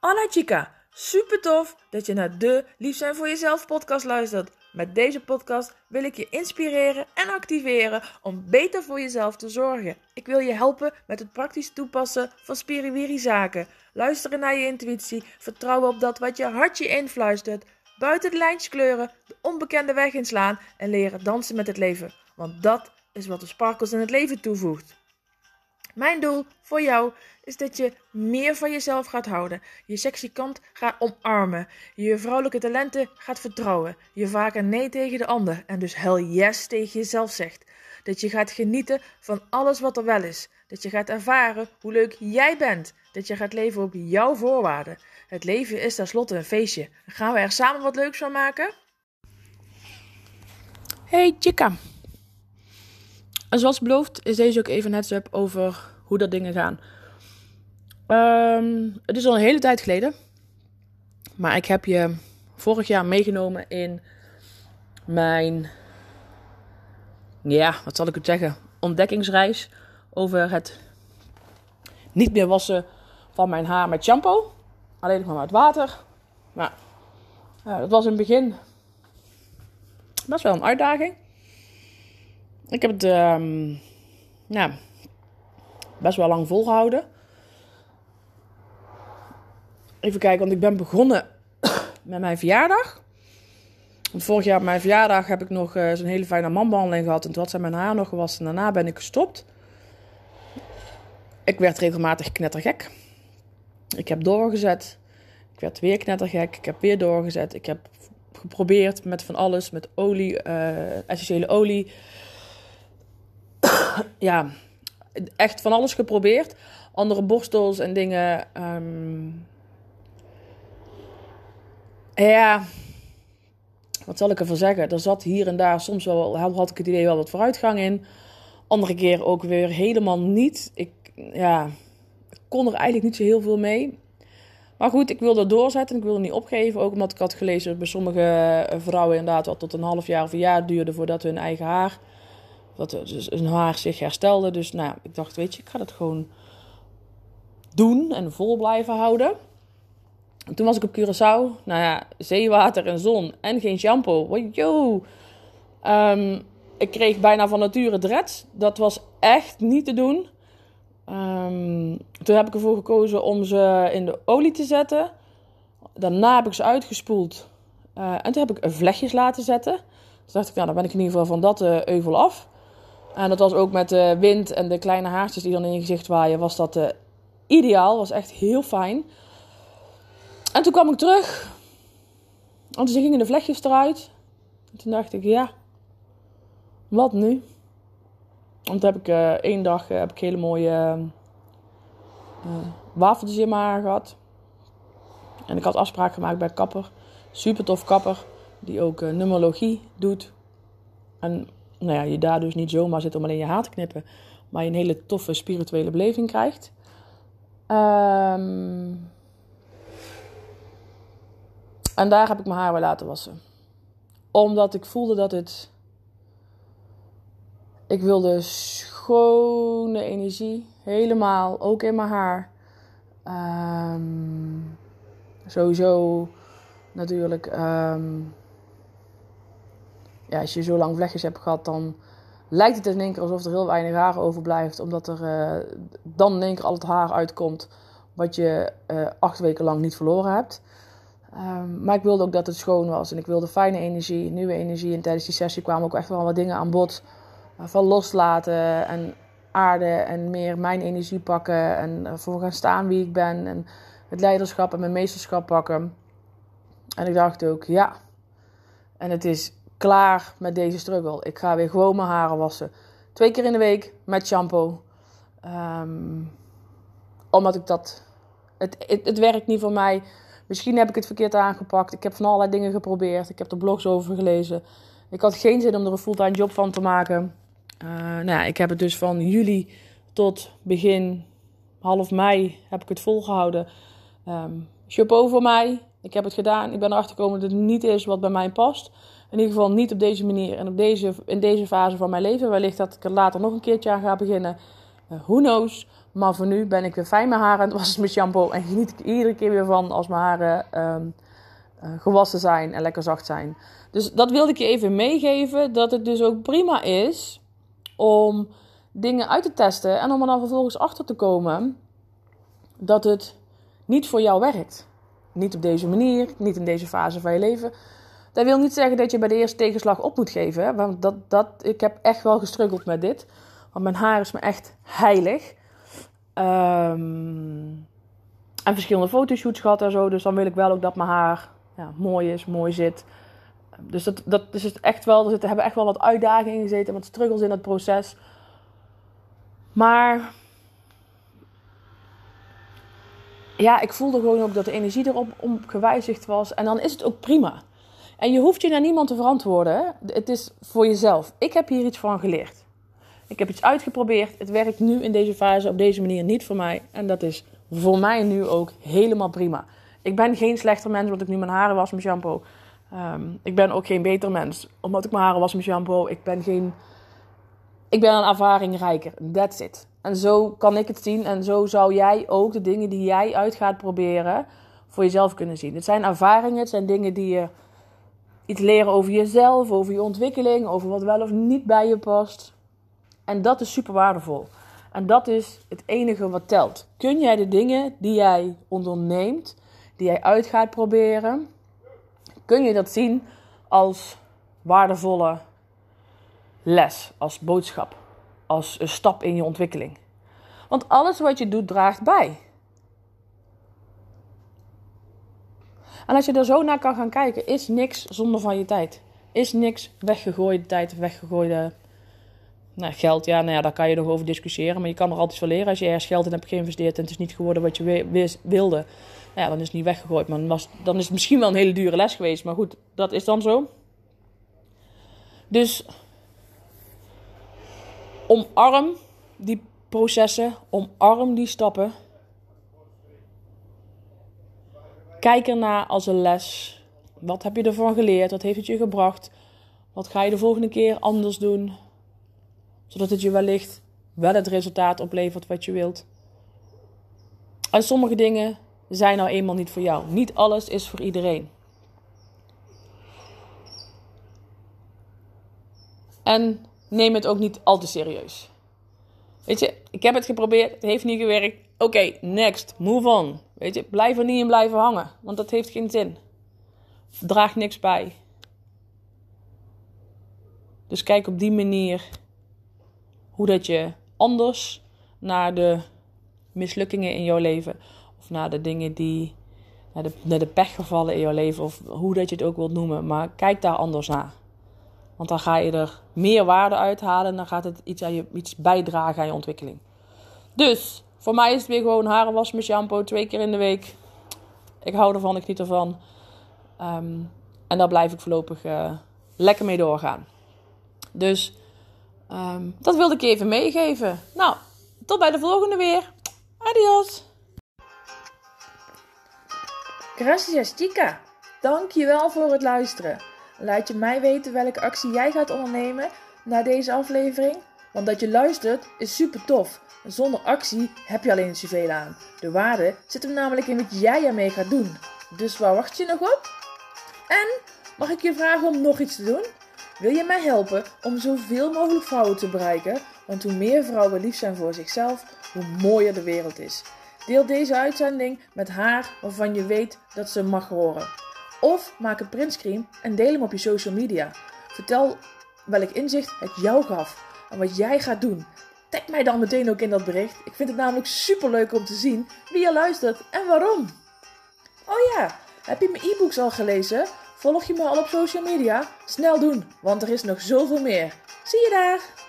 Anna Chica, super tof dat je naar de Lief zijn voor jezelf podcast luistert. Met deze podcast wil ik je inspireren en activeren om beter voor jezelf te zorgen. Ik wil je helpen met het praktisch toepassen van spiriwiri zaken. Luisteren naar je intuïtie, vertrouwen op dat wat je hartje influistert. Buiten de lijntjes kleuren, de onbekende weg inslaan en leren dansen met het leven. Want dat is wat de sparkles in het leven toevoegt. Mijn doel voor jou is dat je meer van jezelf gaat houden. Je sexy kant gaat omarmen. Je vrouwelijke talenten gaat vertrouwen. Je vaker nee tegen de ander en dus hell yes tegen jezelf zegt. Dat je gaat genieten van alles wat er wel is. Dat je gaat ervaren hoe leuk jij bent. Dat je gaat leven op jouw voorwaarden. Het leven is tenslotte een feestje. Gaan we er samen wat leuks van maken? Hey Chica. En zoals beloofd is deze ook even een heads-up over hoe dat dingen gaan. Het is al een hele tijd geleden. Maar ik heb je vorig jaar meegenomen in mijn, wat zal ik het zeggen, ontdekkingsreis over het niet meer wassen van mijn haar met shampoo. Alleen nog maar met water. Maar dat was in het begin best wel een uitdaging. Ik heb het best wel lang volgehouden. Even kijken, want ik ben begonnen met mijn verjaardag. Want vorig jaar op mijn verjaardag heb ik nog zo'n hele fijne manbehandeling gehad. En toen had zij mijn haar nog gewassen. En daarna ben ik gestopt. Ik werd regelmatig knettergek. Ik heb doorgezet. Ik werd weer knettergek. Ik heb weer doorgezet. Ik heb geprobeerd met van alles. Met olie, essentiële olie. Ja, echt van alles geprobeerd. Andere borstels en dingen. Wat zal ik ervan zeggen? Er zat hier en daar soms wel, had ik het idee wel wat vooruitgang in. Andere keer ook weer helemaal niet. Ik kon er eigenlijk niet zo heel veel mee. Maar goed, ik wilde doorzetten. Ik wilde niet opgeven. Ook omdat ik had gelezen dat bij sommige vrouwen inderdaad wat tot een half jaar of een jaar duurde voordat hun eigen haar, dus hun haar zich herstelde. Dus ik dacht, weet je, ik ga dat gewoon doen en vol blijven houden. En toen was ik op Curaçao. Zeewater en zon en geen shampoo. Ik kreeg bijna van nature dreads. Dat was echt niet te doen. Toen heb ik ervoor gekozen om ze in de olie te zetten. Daarna heb ik ze uitgespoeld. En toen heb ik vlechtjes laten zetten. Toen dacht ik, dan ben ik in ieder geval van dat euvel af. En dat was ook met de wind en de kleine haartjes die dan in je gezicht waaien. Was dat ideaal. Was echt heel fijn. En toen kwam ik terug. En toen gingen de vlechtjes eruit. En toen dacht ik, wat nu? Want toen heb ik één dag hele mooie wafeltjes in mijn haar gehad. En ik had afspraak gemaakt bij kapper. Super tof kapper. Die ook numerologie doet. En je daar dus niet zomaar zit om alleen je haar te knippen. Maar je een hele toffe spirituele beleving krijgt. En daar heb ik mijn haar weer laten wassen. Omdat ik voelde dat het... Ik wilde schone energie. Helemaal. Ook in mijn haar. Sowieso natuurlijk. Als je zo lang vlechtjes hebt gehad, dan lijkt het in één keer alsof er heel weinig haar overblijft. Omdat er dan in één keer al het haar uitkomt wat je 8 weken lang niet verloren hebt. Maar ik wilde ook dat het schoon was. En ik wilde fijne energie, nieuwe energie. En tijdens die sessie kwamen ook echt wel wat dingen aan bod. Van loslaten en aarde en meer mijn energie pakken. En voor gaan staan wie ik ben. En het leiderschap en mijn meesterschap pakken. En ik dacht ook, En het is klaar met deze struggle. Ik ga weer gewoon mijn haren wassen. 2 keer in de week met shampoo. Omdat ik dat... Het werkt niet voor mij. Misschien heb ik het verkeerd aangepakt. Ik heb van allerlei dingen geprobeerd. Ik heb er blogs over gelezen. Ik had geen zin om er een fulltime job van te maken. Ik heb het dus van juli tot begin half mei heb ik het volgehouden. Chapeau voor mij. Ik heb het gedaan. Ik ben erachter gekomen dat het niet is wat bij mij past. In ieder geval niet op deze manier en in deze fase van mijn leven. Wellicht dat ik er later nog een keertje aan ga beginnen. Who knows. Maar voor nu ben ik weer fijn met haren. Het was mijn shampoo. En geniet ik iedere keer weer van als mijn haren gewassen zijn en lekker zacht zijn. Dus dat wilde ik je even meegeven. Dat het dus ook prima is om dingen uit te testen. En om er dan vervolgens achter te komen dat het niet voor jou werkt. Niet op deze manier, niet in deze fase van je leven. Dat wil niet zeggen dat je bij de eerste tegenslag op moet geven. Hè? Want ik heb echt wel gestruggeld met dit. Want mijn haar is me echt heilig. En verschillende fotoshoots gehad en zo. Dus dan wil ik wel ook dat mijn haar mooi is, mooi zit. Dus dat is het echt wel. Er hebben echt wel wat uitdagingen gezeten. Wat struggles in het proces. Maar ja, ik voelde gewoon ook dat de energie erop gewijzigd was. En dan is het ook prima. En je hoeft je naar niemand te verantwoorden. Hè? Het is voor jezelf. Ik heb hier iets van geleerd. Ik heb iets uitgeprobeerd. Het werkt nu in deze fase op deze manier niet voor mij. En dat is voor mij nu ook helemaal prima. Ik ben geen slechter mens omdat ik nu mijn haren was met shampoo. Ik ben ook geen beter mens omdat ik mijn haren was met shampoo. Ik ben een ervaring rijker. That's it. En zo kan ik het zien. En zo zou jij ook de dingen die jij uit gaat proberen voor jezelf kunnen zien. Het zijn ervaringen. Het zijn dingen die je iets leren over jezelf. Over je ontwikkeling. Over wat wel of niet bij je past. En dat is super waardevol. En dat is het enige wat telt. Kun jij de dingen die jij onderneemt. Die jij uit gaat proberen. Kun je dat zien als waardevolle les. Als boodschap. Als een stap in je ontwikkeling. Want alles wat je doet draagt bij. En als je er zo naar kan gaan kijken, is niks zonder van je tijd. Is niks weggegooide tijd, weggegooide geld. Ja, daar kan je nog over discussiëren. Maar je kan er altijd van leren. Als je ergens geld in hebt geïnvesteerd en het is niet geworden wat je wilde. Dan is het niet weggegooid. Maar dan is het misschien wel een hele dure les geweest. Maar goed, dat is dan zo. Dus omarm die processen. Omarm die stappen. Kijk ernaar als een les. Wat heb je ervan geleerd? Wat heeft het je gebracht? Wat ga je de volgende keer anders doen? Zodat het je wellicht wel het resultaat oplevert wat je wilt. En sommige dingen zijn nou eenmaal niet voor jou. Niet alles is voor iedereen. En neem het ook niet al te serieus. Weet je, ik heb het geprobeerd. Het heeft niet gewerkt. Oké, next. Move on. Weet je, blijf er niet in blijven hangen. Want dat heeft geen zin. Draagt niks bij. Dus kijk op die manier hoe dat je anders naar de mislukkingen in jouw leven. Of naar de dingen die, naar de pechgevallen in jouw leven. Of hoe dat je het ook wilt noemen. Maar kijk daar anders naar. Want dan ga je er meer waarde uithalen. En dan gaat het iets bijdragen aan je ontwikkeling. Dus, voor mij is het weer gewoon haren wassen met shampoo 2 keer in de week. Ik hou ervan, ik geniet ervan. En daar blijf ik voorlopig lekker mee doorgaan. Dus, dat wilde ik je even meegeven. Nou, tot bij de volgende weer. Adios. Gracias chica. Dankjewel voor het luisteren. Laat je mij weten welke actie jij gaat ondernemen na deze aflevering. Want dat je luistert is super tof. Zonder actie heb je alleen niet zoveel aan. De waarde zit hem namelijk in wat jij ermee gaat doen. Dus waar wacht je nog op? En mag ik je vragen om nog iets te doen? Wil je mij helpen om zoveel mogelijk vrouwen te bereiken? Want hoe meer vrouwen lief zijn voor zichzelf, hoe mooier de wereld is. Deel deze uitzending met haar waarvan je weet dat ze mag horen. Of maak een printscreen en deel hem op je social media. Vertel welk inzicht het jou gaf en wat jij gaat doen. Tag mij dan meteen ook in dat bericht. Ik vind het namelijk super leuk om te zien wie er luistert en waarom. Oh ja, heb je mijn e-books al gelezen? Volg je me al op social media? Snel doen, want er is nog zoveel meer. Zie je daar!